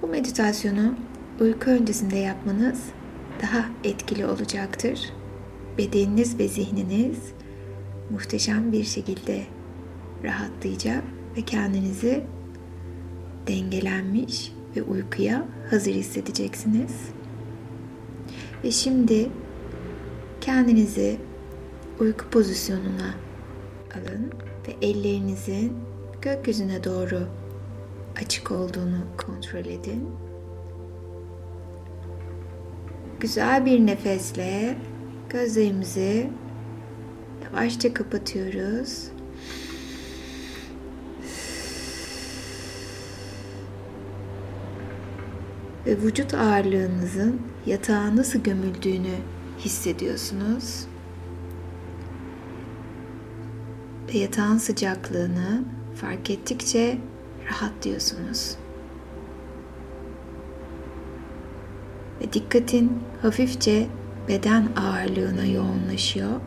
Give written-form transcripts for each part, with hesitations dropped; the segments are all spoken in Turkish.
Bu meditasyonu uyku öncesinde yapmanız daha etkili olacaktır. Bedeniniz ve zihniniz muhteşem bir şekilde rahatlayacak ve kendinizi dengelenmiş ve uykuya hazır hissedeceksiniz. Ve şimdi kendinizi uyku pozisyonuna alın ve ellerinizin gökyüzüne doğru açık olduğunu kontrol edin. Güzel bir nefesle gözlerimizi yavaşça kapatıyoruz. Ve vücut ağırlığınızın yatağa nasıl gömüldüğünü hissediyorsunuz. Ve yatağın sıcaklığını fark ettikçe rahatlıyorsunuz. Ve dikkatin hafifçe beden ağırlığına yoğunlaşıyor.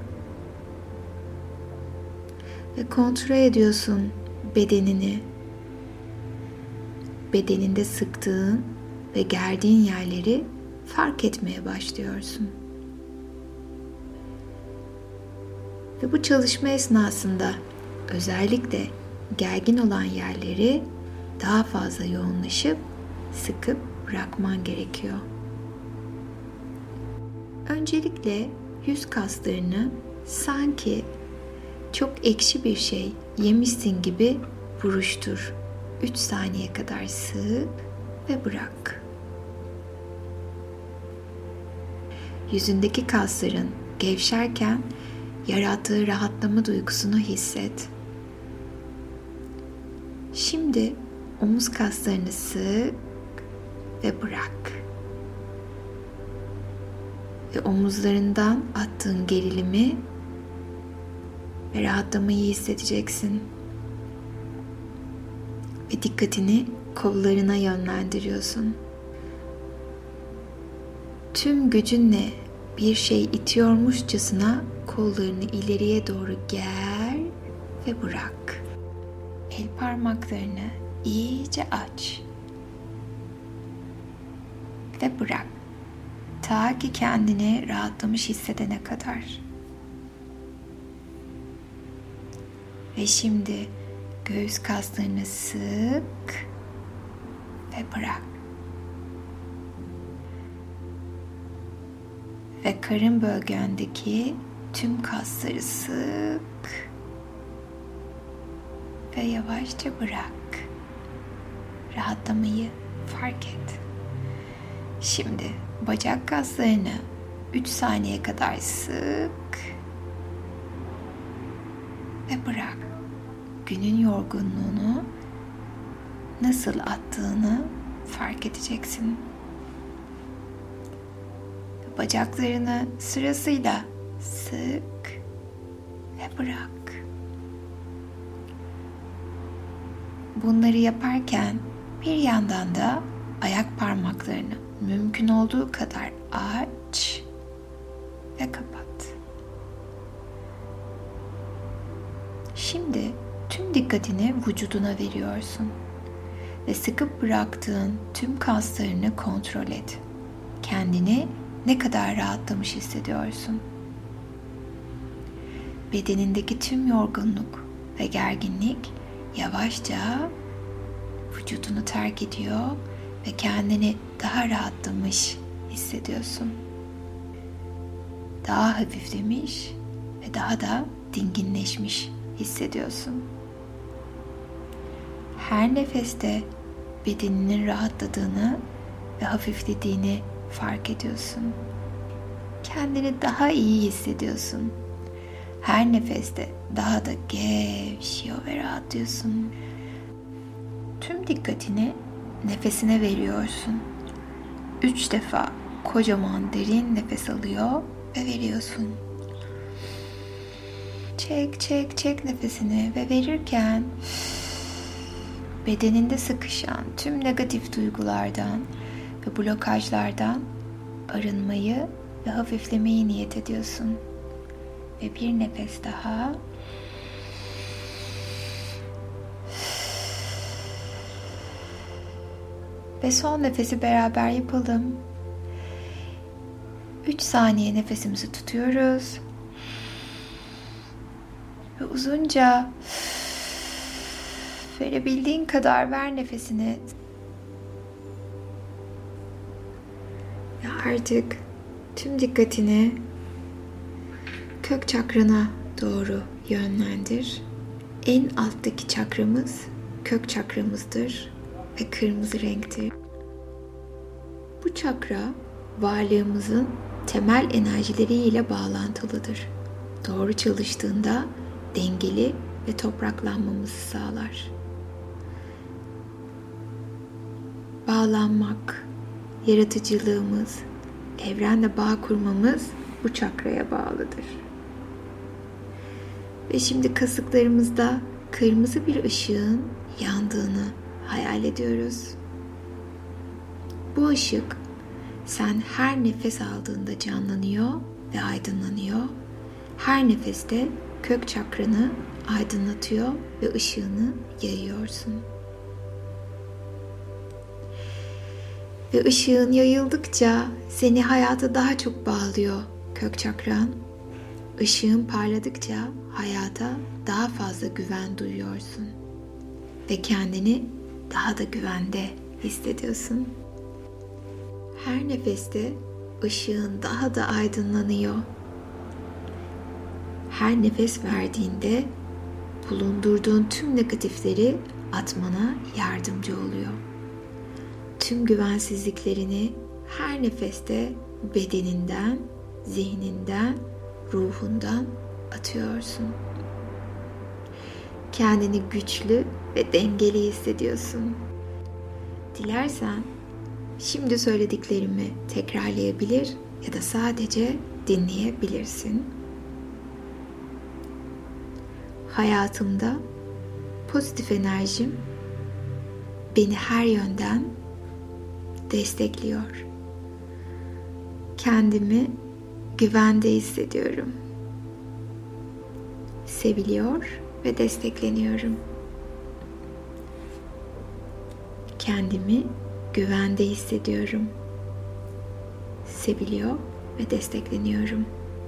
Ve kontrol ediyorsun bedenini. Bedeninde sıktığın ve gerdiğin yerleri fark etmeye başlıyorsun. Ve bu çalışma esnasında özellikle gergin olan yerleri daha fazla yoğunlaşıp sıkıp bırakman gerekiyor. Öncelikle yüz kaslarını sanki çok ekşi bir şey yemişsin gibi buruştur. 3 saniye kadar sık ve bırak. Yüzündeki kasların gevşerken yarattığı rahatlama duygusunu hisset. Şimdi omuz kaslarını sık ve bırak. Ve omuzlarından attığın gerilimi ve rahatlamayı hissedeceksin. Ve dikkatini kollarına yönlendiriyorsun. Tüm gücünle bir şey itiyormuşçasına kollarını ileriye doğru ger ve bırak. El parmaklarını iyice aç ve bırak. Ta ki kendini rahatlamış hissedene kadar. Ve şimdi göğüs kaslarını sık ve bırak. Ve karın bölgendeki tüm kasları sık ve yavaşça bırak. Rahatlamayı fark et. Şimdi bacak kaslarını 3 saniye kadar sık ve bırak. Günün yorgunluğunu nasıl attığını fark edeceksin. Bacaklarını sırasıyla sık ve bırak. Bunları yaparken bir yandan da ayak parmaklarını mümkün olduğu kadar aç ve kapat. Şimdi tüm dikkatini vücuduna veriyorsun ve sıkıp bıraktığın tüm kaslarını kontrol et. Kendini ne kadar rahatlamış hissediyorsun? Bedenindeki tüm yorgunluk ve gerginlik yavaşça vücudunu terk ediyor ve kendini daha rahatlamış hissediyorsun. Daha hafiflemiş ve daha da dinginleşmiş hissediyorsun. Her nefeste bedeninin rahatladığını ve hafiflediğini fark ediyorsun. Kendini daha iyi hissediyorsun. Her nefeste daha da gevşiyor ve rahatlıyorsun. Tüm dikkatini nefesine veriyorsun. 3 defa kocaman derin nefes alıyor ve veriyorsun. Çek nefesini ve verirken bedeninde sıkışan tüm negatif duygulardan ve blokajlardan arınmayı ve hafiflemeyi niyet ediyorsun. Ve bir nefes daha. Ve son nefesi beraber yapalım. 3 saniye nefesimizi tutuyoruz. Ve uzunca verebildiğin kadar ver nefesini. Ve artık tüm dikkatini kök çakrana doğru yönlendir. En alttaki çakramız kök çakramızdır ve kırmızı renktir. Bu çakra varlığımızın temel enerjileriyle bağlantılıdır. Doğru çalıştığında dengeli ve topraklanmamızı sağlar. Bağlanmak, yaratıcılığımız, evrenle bağ kurmamız bu çakraya bağlıdır. Ve şimdi kasıklarımızda kırmızı bir ışığın yandığını hayal ediyoruz. Bu ışık sen her nefes aldığında canlanıyor ve aydınlanıyor. Her nefeste kök çakranı aydınlatıyor ve ışığını yayıyorsun. Ve ışığın yayıldıkça seni hayata daha çok bağlıyor kök çakran. Işığın parladıkça hayata daha fazla güven duyuyorsun. Ve kendini daha da güvende hissediyorsun. Her nefeste ışığın daha da aydınlanıyor. Her nefes verdiğinde bulundurduğun tüm negatifleri atmana yardımcı oluyor. Tüm güvensizliklerini her nefeste bedeninden, zihninden, ruhundan atıyorsun. Kendini güçlü ve dengeli hissediyorsun. Dilersen şimdi söylediklerimi tekrarlayabilir ya da sadece dinleyebilirsin. Hayatımda pozitif enerjim beni her yönden destekliyor. Kendimi güvende hissediyorum. Seviliyor ve destekleniyorum. Kendimi güvende hissediyorum. Seviliyor ve destekleniyorum.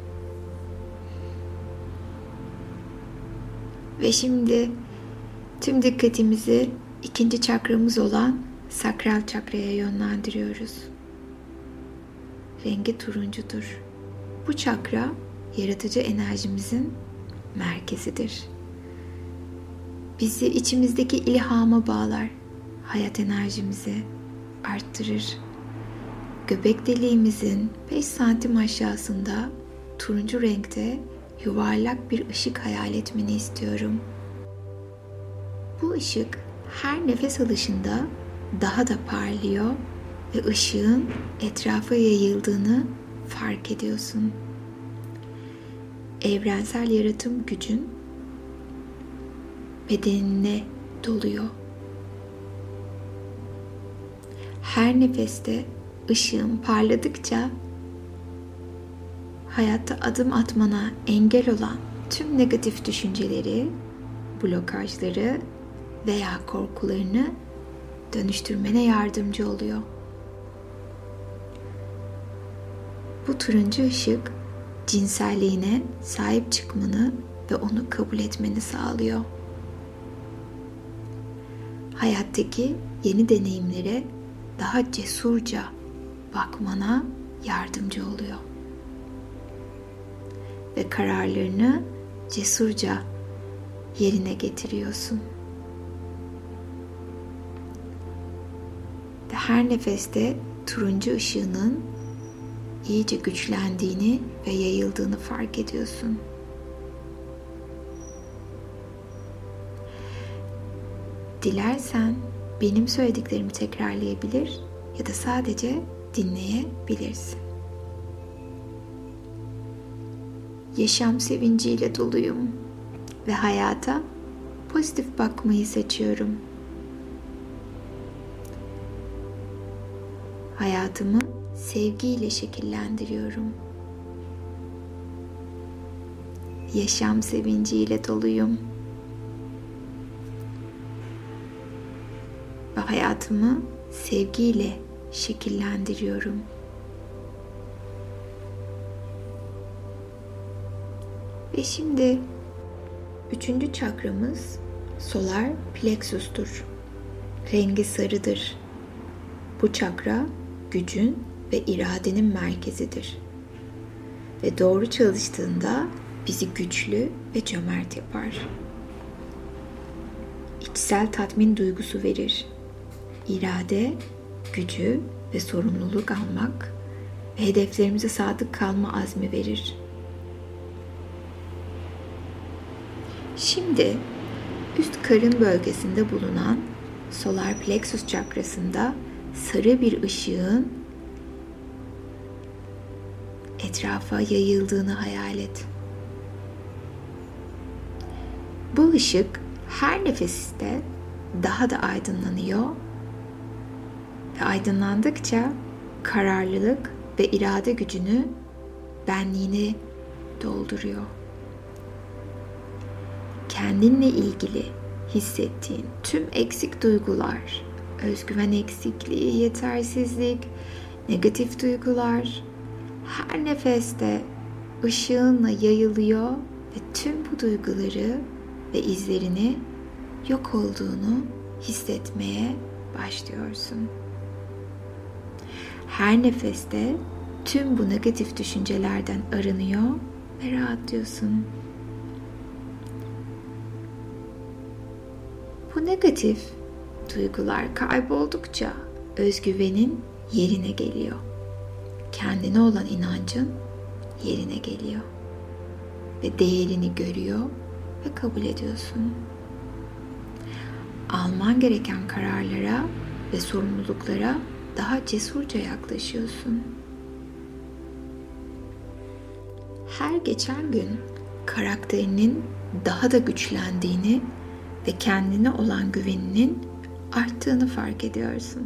Ve şimdi tüm dikkatimizi ikinci çakramız olan sakral çakraya yönlendiriyoruz. Rengi turuncudur. Bu çakra yaratıcı enerjimizin merkezidir. Bizi içimizdeki ilhama bağlar, hayat enerjimizi arttırır. Göbek deliğimizin 5 santim aşağısında turuncu renkte yuvarlak bir ışık hayal etmeni istiyorum. Bu ışık her nefes alışında daha da parlıyor ve ışığın etrafa yayıldığını fark ediyorsun. Evrensel yaratım gücün bedenine doluyor. Her nefeste ışığın parladıkça hayatta adım atmana engel olan tüm negatif düşünceleri, blokajları veya korkularını dönüştürmene yardımcı oluyor. Bu turuncu ışık cinselliğine sahip çıkmanı ve onu kabul etmeni sağlıyor. Hayattaki yeni deneyimlere daha cesurca bakmana yardımcı oluyor. Ve kararlarını cesurca yerine getiriyorsun. Ve her nefeste turuncu ışığının iyice güçlendiğini ve yayıldığını fark ediyorsun. Dilersen benim söylediklerimi tekrarlayabilir ya da sadece dinleyebilirsin. Yaşam sevinciyle doluyum ve hayata pozitif bakmayı seçiyorum. Hayatımı sevgiyle şekillendiriyorum. Yaşam sevinciyle doluyum. Ve hayatımı sevgiyle şekillendiriyorum. Ve şimdi 3. çakramız solar plexus'tur. Rengi sarıdır. Bu çakra gücün ve iradenin merkezidir. Ve doğru çalıştığında bizi güçlü ve cömert yapar. İçsel tatmin duygusu verir. İrade, gücü ve sorumluluk almak ve hedeflerimize sadık kalma azmi verir. Şimdi üst karın bölgesinde bulunan solar plexus çakrasında sarı bir ışığın etrafa yayıldığını hayal et. Bu ışık her nefeste daha da aydınlanıyor ve aydınlandıkça kararlılık ve irade gücünü, benliğini dolduruyor. Kendinle ilgili hissettiğin tüm eksik duygular, özgüven eksikliği, yetersizlik, negatif duygular her nefeste ışığınla yayılıyor ve tüm bu duyguları ve izlerini yok olduğunu hissetmeye başlıyorsun. Her nefeste tüm bu negatif düşüncelerden arınıyor ve rahatlıyorsun. Bu negatif duygular kayboldukça özgüvenin yerine geliyor. Kendine olan inancın yerine geliyor. Ve değerini görüyor ve kabul ediyorsun. Alman gereken kararlara ve sorumluluklara daha cesurca yaklaşıyorsun. Her geçen gün karakterinin daha da güçlendiğini ve kendine olan güveninin arttığını fark ediyorsun.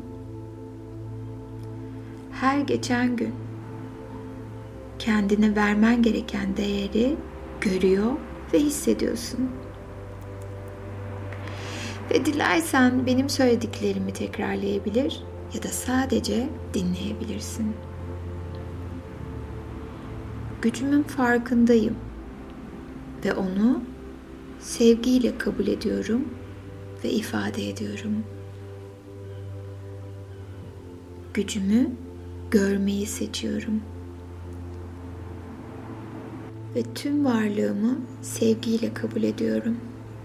Her geçen gün kendine vermen gereken değeri görüyor ve hissediyorsun. Ve dilersen benim söylediklerimi tekrarlayabilir ya da sadece dinleyebilirsin. Gücümün farkındayım ve onu sevgiyle kabul ediyorum ve ifade ediyorum. Gücümü görmeyi seçiyorum. Ve tüm varlığımı sevgiyle kabul ediyorum.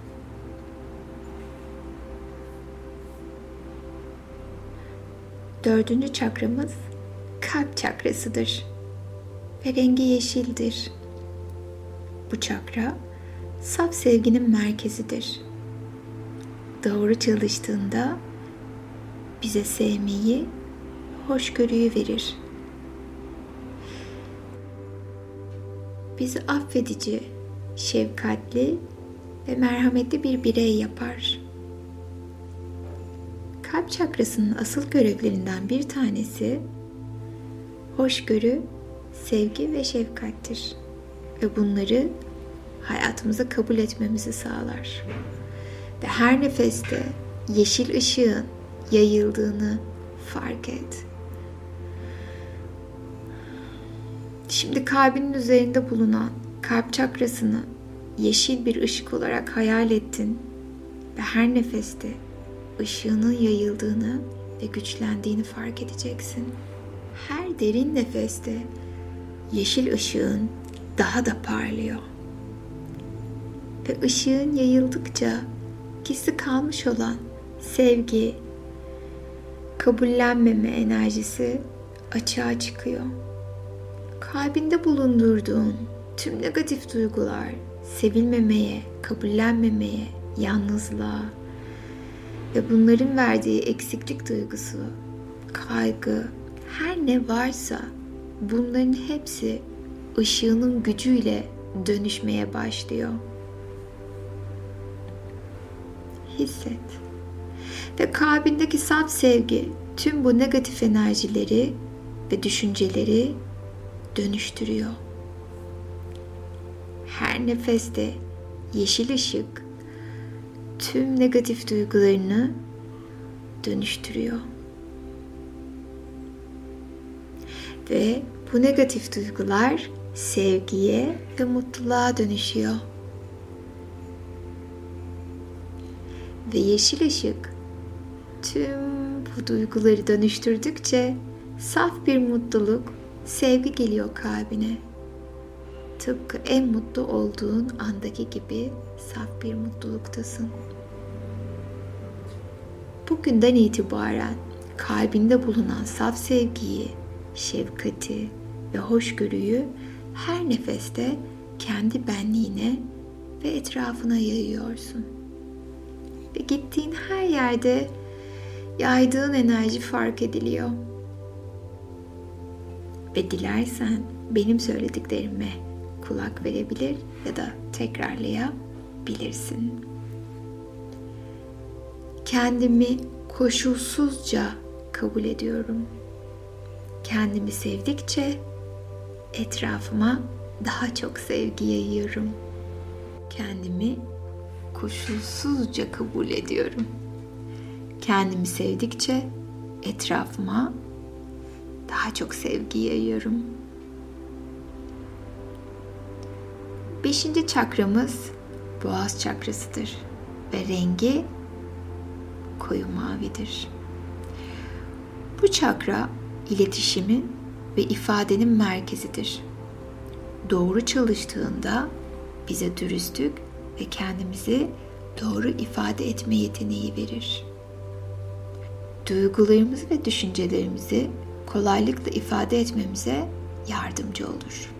Dördüncü çakramız kalp çakrasıdır ve rengi yeşildir. Bu çakra saf sevginin merkezidir. Doğru çalıştığında bize sevmeyi, hoşgörüyü verir. Bizi affedici, şefkatli ve merhametli bir birey yapar. Kalp çakrasının asıl görevlerinden bir tanesi hoşgörü, sevgi ve şefkattir. Ve bunları hayatımıza kabul etmemizi sağlar. Ve her nefeste yeşil ışığın yayıldığını fark et. Şimdi kalbinin üzerinde bulunan kalp çakrasını yeşil bir ışık olarak hayal ettin ve her nefeste ışığının yayıldığını ve güçlendiğini fark edeceksin. Her derin nefeste yeşil ışığın daha da parlıyor. Ve ışığın yayıldıkça gizli kalmış olan sevgi, kabullenmeme enerjisi açığa çıkıyor. Kalbinde bulundurduğun tüm negatif duygular, sevilmemeye, kabullenmemeye, yalnızlığa ve bunların verdiği eksiklik duygusu, kaygı, her ne varsa bunların hepsi ışığının gücüyle dönüşmeye başlıyor. Hisset. Ve kalbindeki saf sevgi tüm bu negatif enerjileri ve düşünceleri dönüştürüyor. Her nefeste yeşil ışık tüm negatif duygularını dönüştürüyor. Ve bu negatif duygular sevgiye ve mutluluğa dönüşüyor. Ve yeşil ışık tüm bu duyguları dönüştürdükçe saf bir mutluluk, sevgi geliyor kalbine. Tıpkı en mutlu olduğun andaki gibi saf bir mutluluktasın. Bugünden itibaren kalbinde bulunan saf sevgiyi, şefkati ve hoşgörüyü her nefeste kendi benliğine ve etrafına yayıyorsun. Ve gittiğin her yerde yaydığın enerji fark ediliyor. Ve dilersen benim söylediklerime kulak verebilir ya da tekrarlayabilirsin. Kendimi koşulsuzca kabul ediyorum. Kendimi sevdikçe etrafıma daha çok sevgi yayıyorum. Kendimi koşulsuzca kabul ediyorum. Kendimi sevdikçe etrafıma daha çok sevgi yayıyorum. 5. çakramız boğaz çakrasıdır ve rengi koyu mavidir. Bu çakra iletişimin ve ifadenin merkezidir. Doğru çalıştığında bize dürüstlük ve kendimizi doğru ifade etme yeteneği verir. Duygularımızı ve düşüncelerimizi kolaylıkla ifade etmemize yardımcı olur.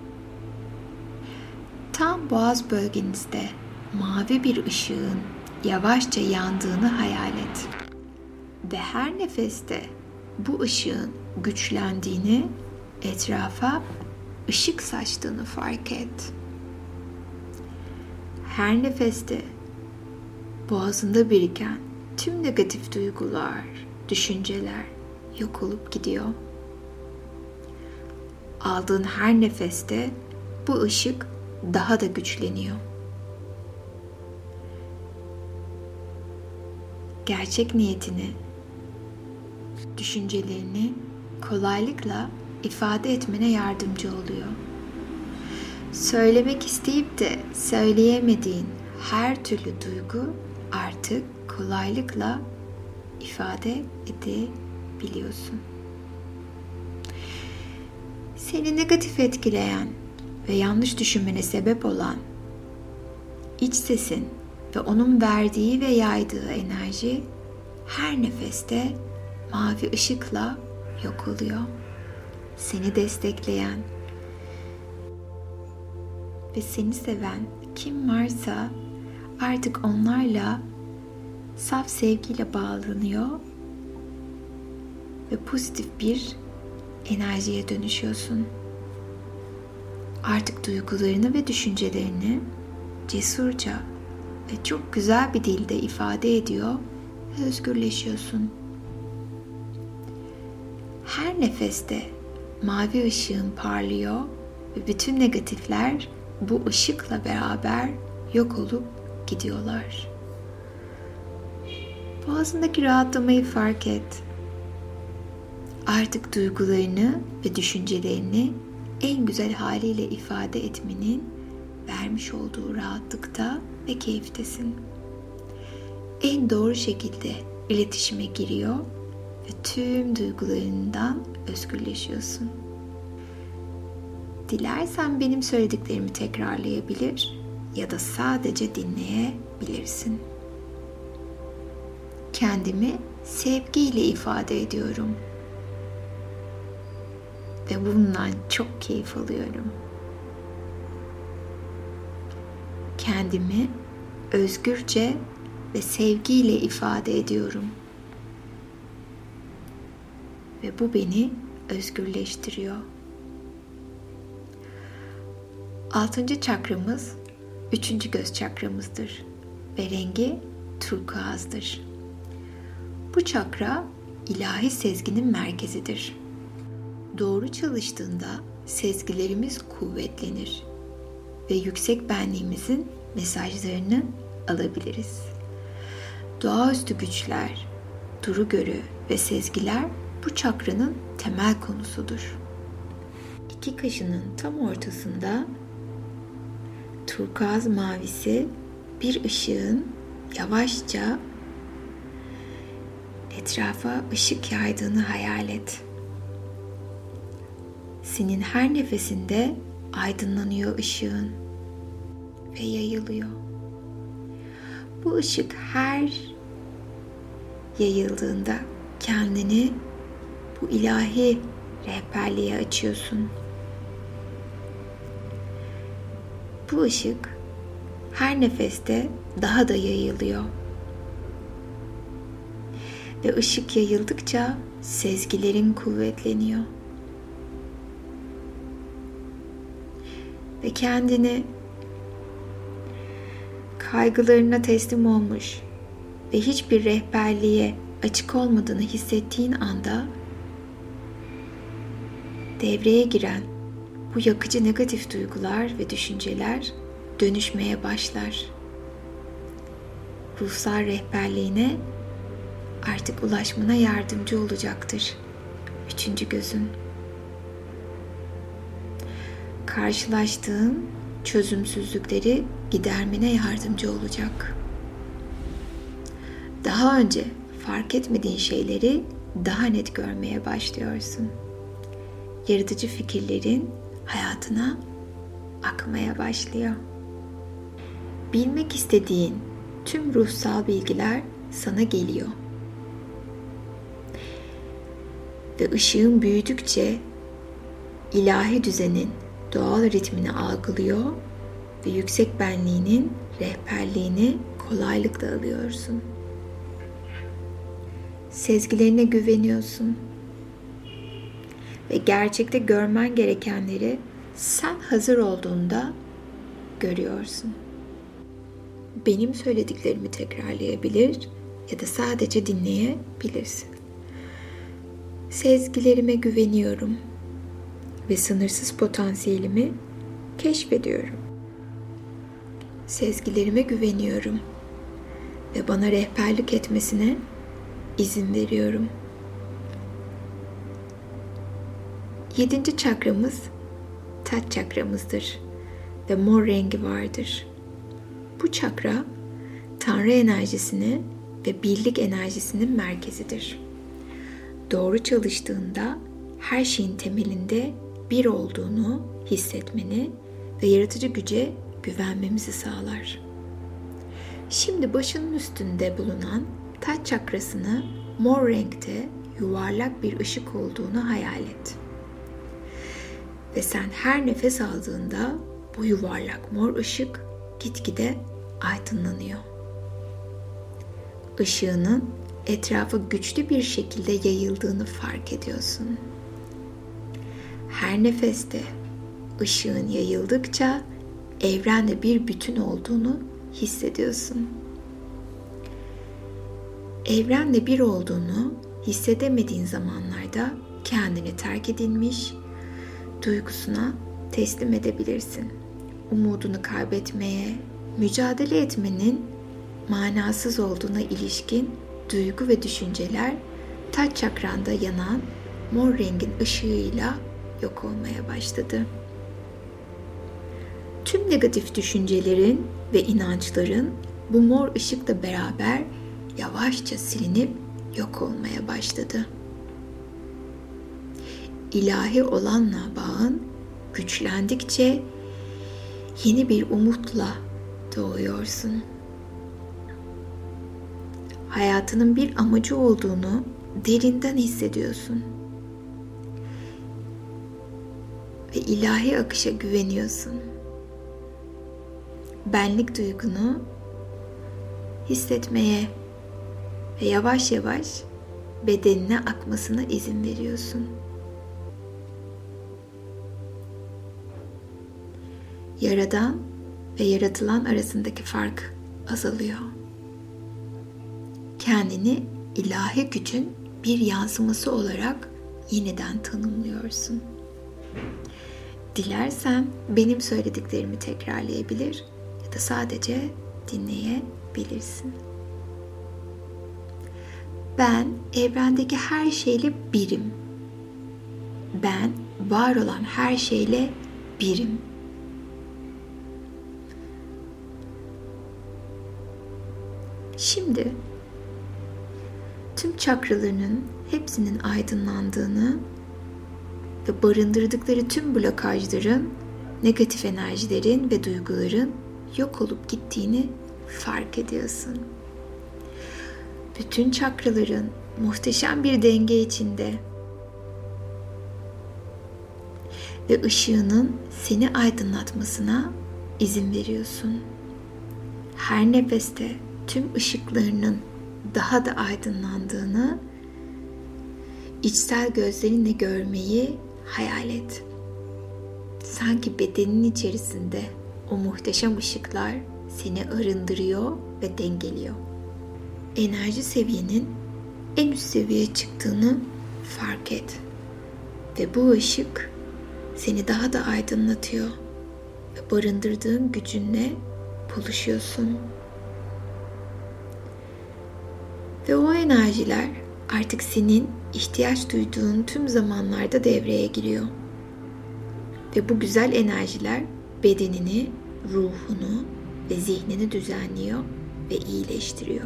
Tam boğaz bölgenizde mavi bir ışığın yavaşça yandığını hayal et. Ve her nefeste bu ışığın güçlendiğini, etrafa ışık saçtığını fark et. Her nefeste boğazında biriken tüm negatif duygular, düşünceler yok olup gidiyor. Aldığın her nefeste bu ışık daha da güçleniyor. Gerçek niyetini, düşüncelerini kolaylıkla ifade etmene yardımcı oluyor. Söylemek isteyip de söyleyemediğin her türlü duygu artık kolaylıkla ifade edebiliyorsun. Seni negatif etkileyen ve yanlış düşünmene sebep olan iç sesin ve onun verdiği ve yaydığı enerji her nefeste mavi ışıkla yok oluyor. Seni destekleyen ve seni seven kim varsa artık onlarla saf sevgiyle bağlanıyor ve pozitif bir enerjiye dönüşüyorsun. Artık duygularını ve düşüncelerini cesurca ve çok güzel bir dilde ifade ediyor ve özgürleşiyorsun. Her nefeste mavi ışığın parlıyor ve bütün negatifler bu ışıkla beraber yok olup gidiyorlar. Boğazındaki rahatlamayı fark et. Artık duygularını ve düşüncelerini en güzel haliyle ifade etmenin vermiş olduğu rahatlıkta ve keyiftesin. En doğru şekilde iletişime giriyor ve tüm duygularından özgürleşiyorsun. Dilersen benim söylediklerimi tekrarlayabilir ya da sadece dinleyebilirsin. Kendimi sevgiyle ifade ediyorum. Ve bundan çok keyif alıyorum. Kendimi özgürce ve sevgiyle ifade ediyorum. Ve bu beni özgürleştiriyor. 6. çakramız 3. göz çakramızdır ve rengi turkuazdır. Bu çakra ilahi sezginin merkezidir. Doğru çalıştığında sezgilerimiz kuvvetlenir ve yüksek benliğimizin mesajlarını alabiliriz. Doğaüstü güçler, duru görü ve sezgiler bu çakranın temel konusudur. iki kaşının tam ortasında turkuaz mavisi bir ışığın yavaşça etrafa ışık yaydığını hayal et. Senin her nefesinde aydınlanıyor ışığın ve yayılıyor. Bu ışık her yayıldığında kendini bu ilahi rehberliğe açıyorsun. Bu ışık her nefeste daha da yayılıyor. Ve ışık yayıldıkça sezgilerin kuvvetleniyor. Ve kendini kaygılarına teslim olmuş ve hiçbir rehberliğe açık olmadığını hissettiğin anda devreye giren bu yakıcı negatif duygular ve düşünceler dönüşmeye başlar. Ruhsal rehberliğine artık ulaşmana yardımcı olacaktır. Üçüncü gözün. Karşılaştığın çözümsüzlükleri gidermene yardımcı olacak. Daha önce fark etmediğin şeyleri daha net görmeye başlıyorsun. Yaratıcı fikirlerin hayatına akmaya başlıyor. Bilmek istediğin tüm ruhsal bilgiler sana geliyor. Ve ışığın büyüdükçe ilahi düzenin doğal ritmini algılıyor ve yüksek benliğinin rehberliğini kolaylıkla alıyorsun. Sezgilerine güveniyorsun. Ve gerçekte görmen gerekenleri sen hazır olduğunda görüyorsun. Benim söylediklerimi tekrarlayabilir ya da sadece dinleyebilirsin. Sezgilerime güveniyorum ve sınırsız potansiyelimi keşfediyorum. Sezgilerime güveniyorum ve bana rehberlik etmesine izin veriyorum. 7. çakramız taç çakramızdır ve mor rengi vardır. Bu çakra Tanrı enerjisini ve birlik enerjisinin merkezidir. Doğru çalıştığında her şeyin temelinde bir olduğunu hissetmeni ve yaratıcı güce güvenmemizi sağlar. Şimdi başının üstünde bulunan taç çakrasını mor renkte yuvarlak bir ışık olduğunu hayal et. Ve sen her nefes aldığında bu yuvarlak mor ışık gitgide aydınlanıyor. Işığının etrafa güçlü bir şekilde yayıldığını fark ediyorsun. Her nefeste ışığın yayıldıkça evrenle bir bütün olduğunu hissediyorsun. Evrenle bir olduğunu hissedemediğin zamanlarda kendini terk edilmiş, duygusuna teslim edebilirsin. Umudunu kaybetmeye, mücadele etmenin manasız olduğuna ilişkin duygu ve düşünceler taç çakranda yanan mor rengin ışığıyla yok olmaya başladı. Tüm negatif düşüncelerin ve inançların bu mor ışıkla beraber yavaşça silinip yok olmaya başladı. İlahi olanla bağın güçlendikçe yeni bir umutla doğuyorsun. Hayatının bir amacı olduğunu derinden hissediyorsun. Ve ilahi akışa güveniyorsun. Benlik duygunu hissetmeye ve yavaş yavaş bedenine akmasına izin veriyorsun. Yaradan ve yaratılan arasındaki fark azalıyor. Kendini ilahi gücün bir yansıması olarak yeniden tanımlıyorsun. Dilersen benim söylediklerimi tekrarlayabilir ya da sadece dinleyebilirsin. Ben evrendeki her şeyle birim. Ben var olan her şeyle birim. Şimdi tüm çakralarının hepsinin aydınlandığını ve barındırdıkları tüm blokajların, negatif enerjilerin ve duyguların yok olup gittiğini fark ediyorsun. Bütün çakraların muhteşem bir denge içinde ve ışığının seni aydınlatmasına izin veriyorsun. Her nefeste tüm ışıklarının daha da aydınlandığını içsel gözlerinle görmeyi hayal et. Sanki bedenin içerisinde o muhteşem ışıklar seni arındırıyor ve dengeliyor. Enerji seviyenin en üst seviyeye çıktığını fark et. Ve bu ışık seni daha da aydınlatıyor ve barındırdığın gücünle buluşuyorsun. Ve o enerjiler artık senin ihtiyaç duyduğun tüm zamanlarda devreye giriyor. Ve bu güzel enerjiler bedenini, ruhunu ve zihnini düzenliyor ve iyileştiriyor.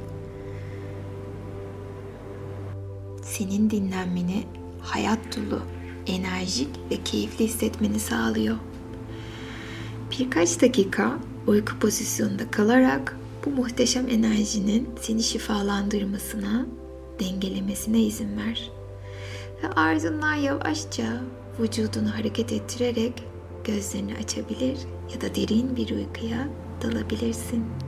Senin dinlenmeni hayat dolu, enerjik ve keyifli hissetmeni sağlıyor. Birkaç dakika uyku pozisyonunda kalarak bu muhteşem enerjinin seni şifalandırmasına, dengelemesine izin ver. Ve ardından yavaşça vücudunu hareket ettirerek gözlerini açabilir ya da derin bir uykuya dalabilirsin.